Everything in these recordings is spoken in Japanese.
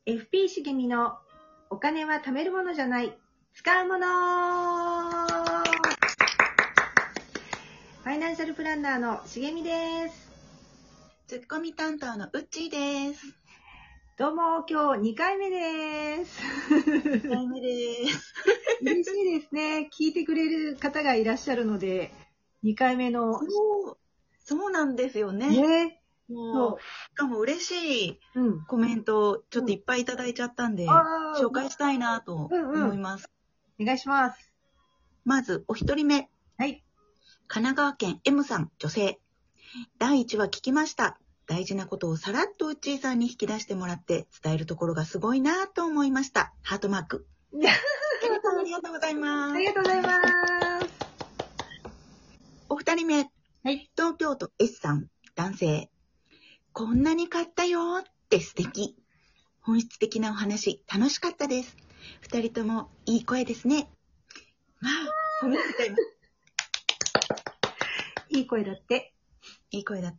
FP 茂みのお金は貯めるものじゃない、使うもの。ファイナンシャルプランナーの茂みです。 ツッコミ担当のうっちーです。 どうも、今日2回目です。 2回目です。 嬉しいですね。聞いてくれる方がいらっしゃるので、2回目の。 そうなんですよね。 ね。 もう、しかも嬉しいコメントをちょっといっぱいいただいちゃったんで、紹介したいなと思います。 お願いします。 まず、お一人目。 はい。 神奈川県 M さん、女性。第1話聞きました。大事なことをさらっとうっちーさんに引き出してもらって伝えるところがすごいなと思いました。ハートマーク。ありがとうございます。 ありがとうございます。 お二人目。 はい。 東京都 S さん、男性。こんなに買ったよって素敵。本質的なお話、楽しかったです。二人ともいい声ですね。まあ、褒められちゃいます。 いい声だって。 いい声だって。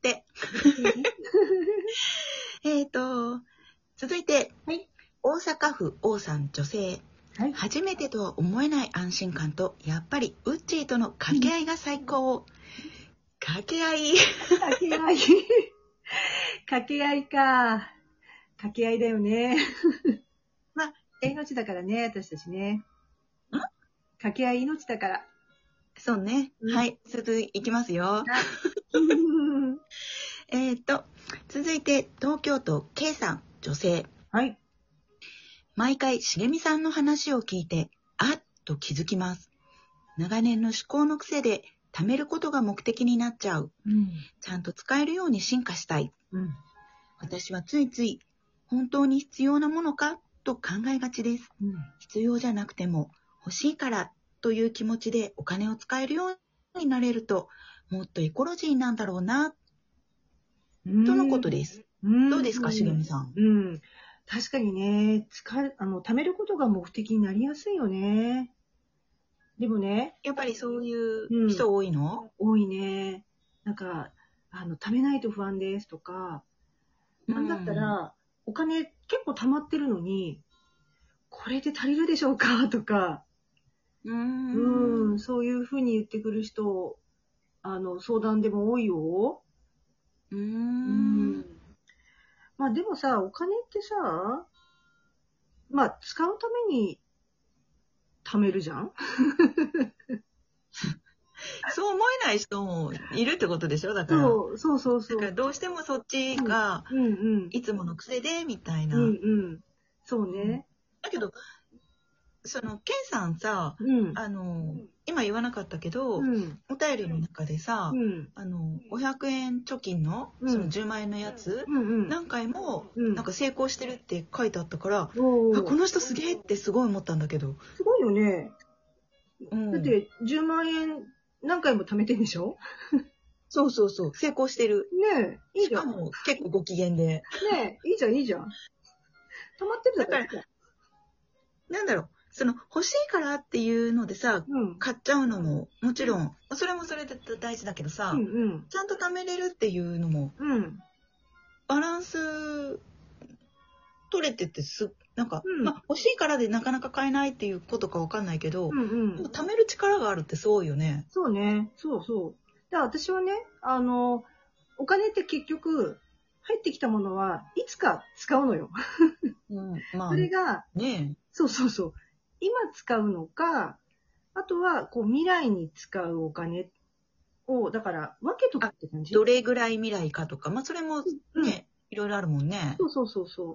続いて、 はい、 大阪府王さん女性、はい。初めてとは思えない安心感と、やっぱりウッチーとの掛け合いが最高。掛け合い。 掛け合い。掛け合いか。掛け合いだよね。まあ、命だからね、私たちね。掛け合い命だから。 そうね。はい。続いきますよ。続いて、東京都 K さん、女性。はい。毎回、茂みさんの話を聞いて、あっと気づきます。長年の思考の癖で、貯めることが目的になっちゃう。ちゃんと使えるように進化したい。私はついつい、本当に必要なものかと考えがちです。必要じゃなくても、欲しいからという気持ちでお金を使えるようになれると、もっとエコロジーなんだろうな、とのことです。どうですか、しげみさん。 確かにね、貯めることが目的になりやすいよね。でもね。 やっぱりそういう人多いの？ 多いね。なんか、貯めないと不安ですとか、なんだったら、お金結構貯まってるのに、これで足りるでしょうかとか、そういうふうに言ってくる人、相談でも多いよ。まあでもさ、お金ってさ、まあ使うために貯めるじゃんそう思えない人もいるってことでしょ？だから。 そう。 だからどうしてもそっちが、いつもの癖で、みたいな。 そうね。 だけど、ケンさんさ、今言わなかったけど、お便りの中でさ、500円貯金の、その10万円のやつ、何回も、なんか成功してるって書いてあったから、この人すげえってすごい思ったんだけど。 すごいよね。だって、10万円何回も貯めてんでしょ？ そう。成功してる。 ねえ、いいじゃん。 しかも結構ご機嫌で。 ねえ、いいじゃん。溜まってるだから、なんだろう。欲しいからっていうのでさ、買っちゃうのも、もちろん、それもそれで大事だけどさ、ちゃんと貯めれるっていうのも、バランス取れててなんか、欲しいからでなかなか買えないっていうことかわかんないけど、貯める力があるってすごいよね。 そうね。そう。だから私はね、お金って結局、入ってきたものはいつか使うのよ。それが、そう。今使うのか、あとはこう未来に使うお金を、だから分けとくって感じ。 どれぐらい未来かとか、それもね、いろいろあるもんね。 そう。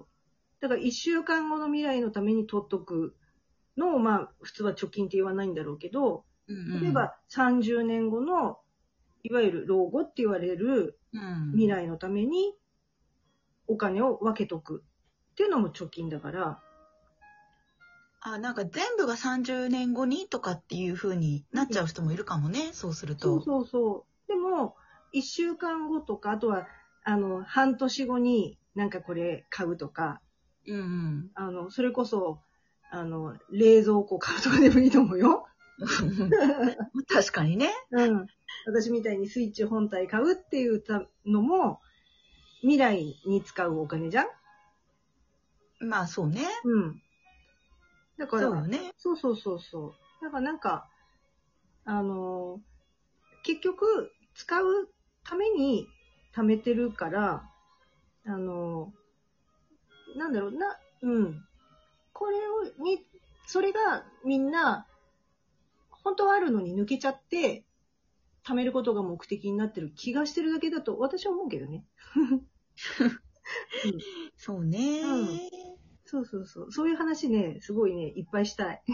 だから1週間後の未来のために取っとくのを、普通は貯金って言わないんだろうけど、例えば30年後の、いわゆる老後って言われる未来のためにお金を分けとくっていうのも貯金だから。 なんか全部が30年後にとかっていう風になっちゃう人もいるかもね、そうすると。 そう。でも、1週間後とか、あとは、半年後になんかこれ買うとか、それこそ、冷蔵庫買うとかでもいいと思うよ。 確かにね。 私みたいにスイッチ本体買うっていうのも、未来に使うお金じゃん？ まあそうね。 うん。だから、 そうよね。 そう。だからなんか、結局、使うために貯めてるから、なんだろうな、うん。それがみんな、本当はあるのに抜けちゃって、貯めることが目的になってる気がしてるだけだと私は思うけどね。 うん、そうね、 うん。そう。そういう話ね、すごいね、いっぱいしたい。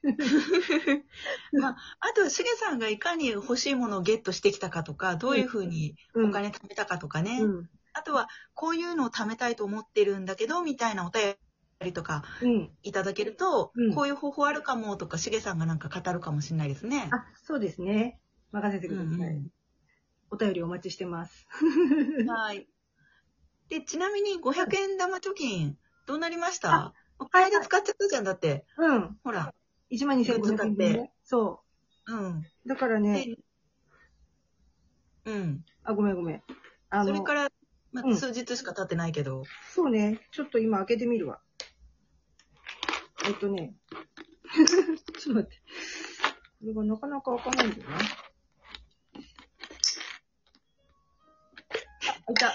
まあ、あと、しげさんがいかに欲しいものをゲットしてきたかとか、どういうふうにお金貯めたかとかね。あとは、こういうのを貯めたいと思ってるんだけど、みたいなお便りとかいただけると、こういう方法あるかもとか、しげさんがなんか語るかもしれないですね。 あ、そうですね。任せてください。お便りお待ちしてます。 はい。で、ちなみに500円玉貯金、どうなりました？お金で使っちゃったじゃん、だって。ほら。 12,500円分ね。そう。だからね。あ、ごめん。 それから、数日しか経ってないけど。 そうね。ちょっと今開けてみるわ。ちょっと待って。これがなかなか開かないんだよな。開いた。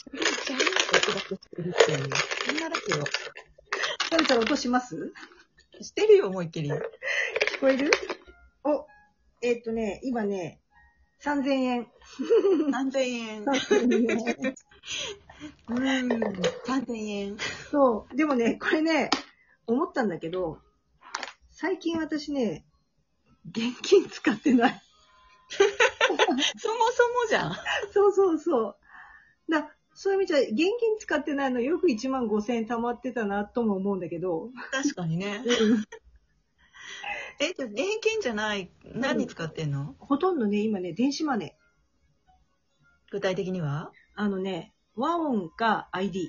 そんなラジオ。 食べたら音します？ してるよ、思いっきり。 聞こえる？お、今ね、3000円。 3000円。3000円。 そう。でもね、これね、思ったんだけど、最近私ね、現金使ってない。 そもそもじゃん。 そう。そういう意味じゃ、現金使ってないのよく15,000円貯まってたなとも思うんだけど。 確かにね。じゃあ現金じゃない、何使ってんの？ ほとんどね、今ね、電子マネー。 具体的には？ 和音か ID。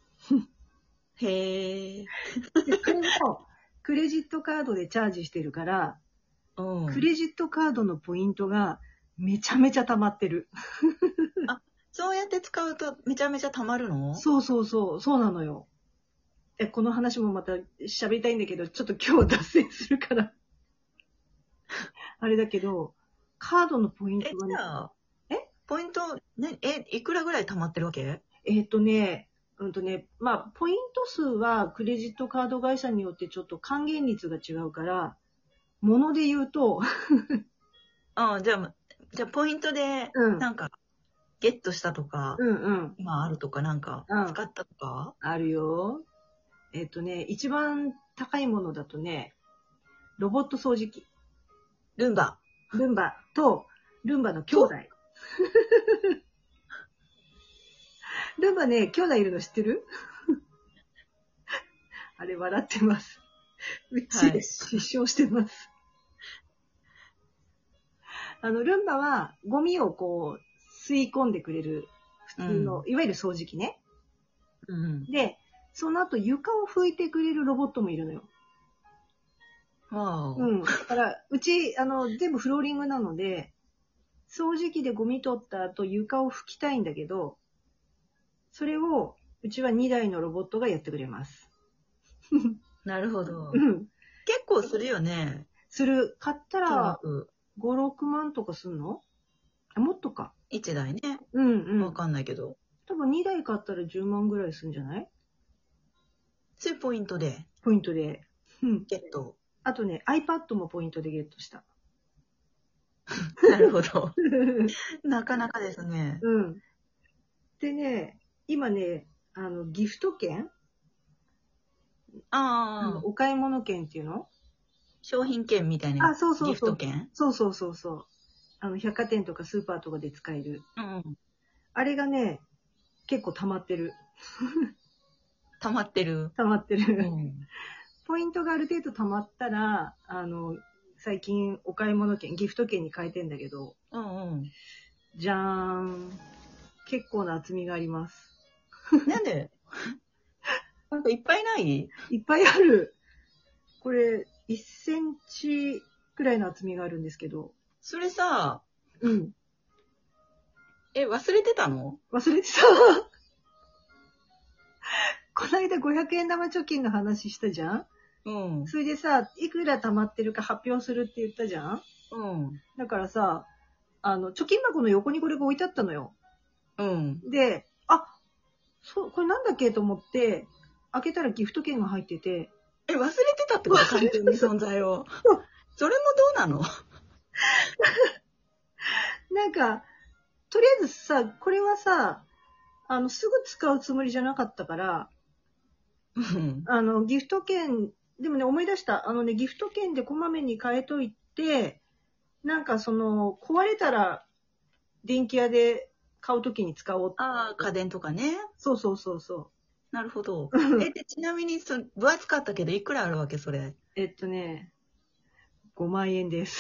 へー。 それも、クレジットカードでチャージしてるから、クレジットカードのポイントがめちゃめちゃ溜まってる。 あ、そうやって使うとめちゃめちゃ溜まるの？ そうなのよ。この話もまた喋りたいんだけど、ちょっと今日は脱線するから。あれだけど、カードのポイントがね。ポイント、いくらぐらい溜まってるわけ？ まあ、ポイント数はクレジットカード会社によってちょっと還元率が違うから、もので言うとじゃあポイントで、なんか、ゲットしたとか、今あるとか、なんか、使ったとか、 あるよ。一番高いものだとね、ロボット掃除機。ルンバと、ルンバの兄弟。ルンバね、兄弟いるの知ってる？あれ笑ってます。うち、失笑してます。ルンバはゴミをこう吸い込んでくれる普通の、いわゆる掃除機ね。で、その後床を拭いてくれるロボットもいるのよ。だから、うち、全部フローリングなので、掃除機でゴミ取った後床を拭きたいんだけど、それを、うちは2台のロボットがやってくれます。 なるほど。結構するよね。 する。買ったら、5、6万とかすんの？もっとか。 1台ね。わかんないけど。 多分2台買ったら10万ぐらいするんじゃない？ それポイントで。 ゲット。あとね、iPad もポイントでゲットした。 なるほど。なかなかですね。 でね、今ね、ギフト券？お買い物券っていうの？ 商品券みたいな。ギフト券？ そう。百貨店とかスーパーとかで使える。あれがね、結構溜まってる。 溜まってる。 ポイントがある程度溜まったら、最近お買い物券、ギフト券に変えてんだけど、じゃーん。結構な厚みがあります。 なんで？なんかいっぱいない？ いっぱいある。これ、1センチくらいの厚みがあるんですけど。 それさ、忘れてたの？ 忘れてた。この間500円玉貯金の話したじゃん。 うん。 それでさ、いくら貯まってるか発表するって言ったじゃん。 うん。 だからさ、貯金箱の横にこれが置いてあったのよ。 うん。 で、これなんだっけと思って、開けたらギフト券が入ってて。 忘れてたってこと？完全に存在を。それもどうなの？ なんか、とりあえずさ、これはさ、すぐ使うつもりじゃなかったから、ギフト券、でもね、思い出した。ギフト券でこまめに変えといて、なんか壊れたら電気屋で買うときに使おう。 ああ、家電とかね。 そうそうそうそう。 なるほど。で、ちなみに分厚かったけど、いくらあるわけ、それ。 5万円です。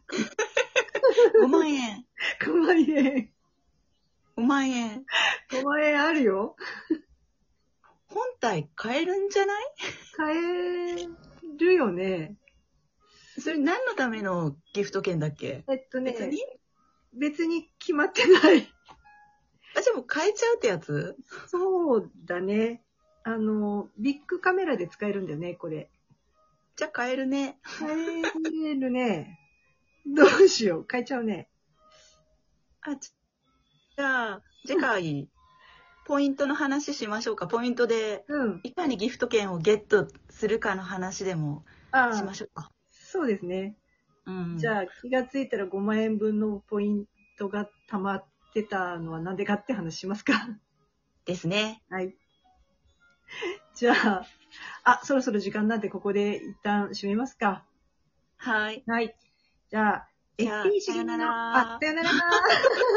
5万円。 5万円。 5万円。 5万円あるよ。 本体買えるんじゃない？ 買えるよね。 それ何のためのギフト券だっけ？ 別に決まってない。 じゃあもう買えちゃうってやつ？ そうだね。ビッグカメラで使えるんだよね、これ。 じゃあ買えるね。 買えるね。どうしよう。買えちゃうね。 じゃあ、次回、ポイントの話しましょうか。ポイントで、いかにギフト券をゲットするかの話でもしましょうか。 そうですね。じゃあ、気がついたら5万円分のポイントが溜まってたのはなんでかって話しますか。 ですね。 はい。じゃあ、そろそろ時間なんでここで一旦締めますか。 はい。 はい。じゃあ、 さよなら。 さよなら。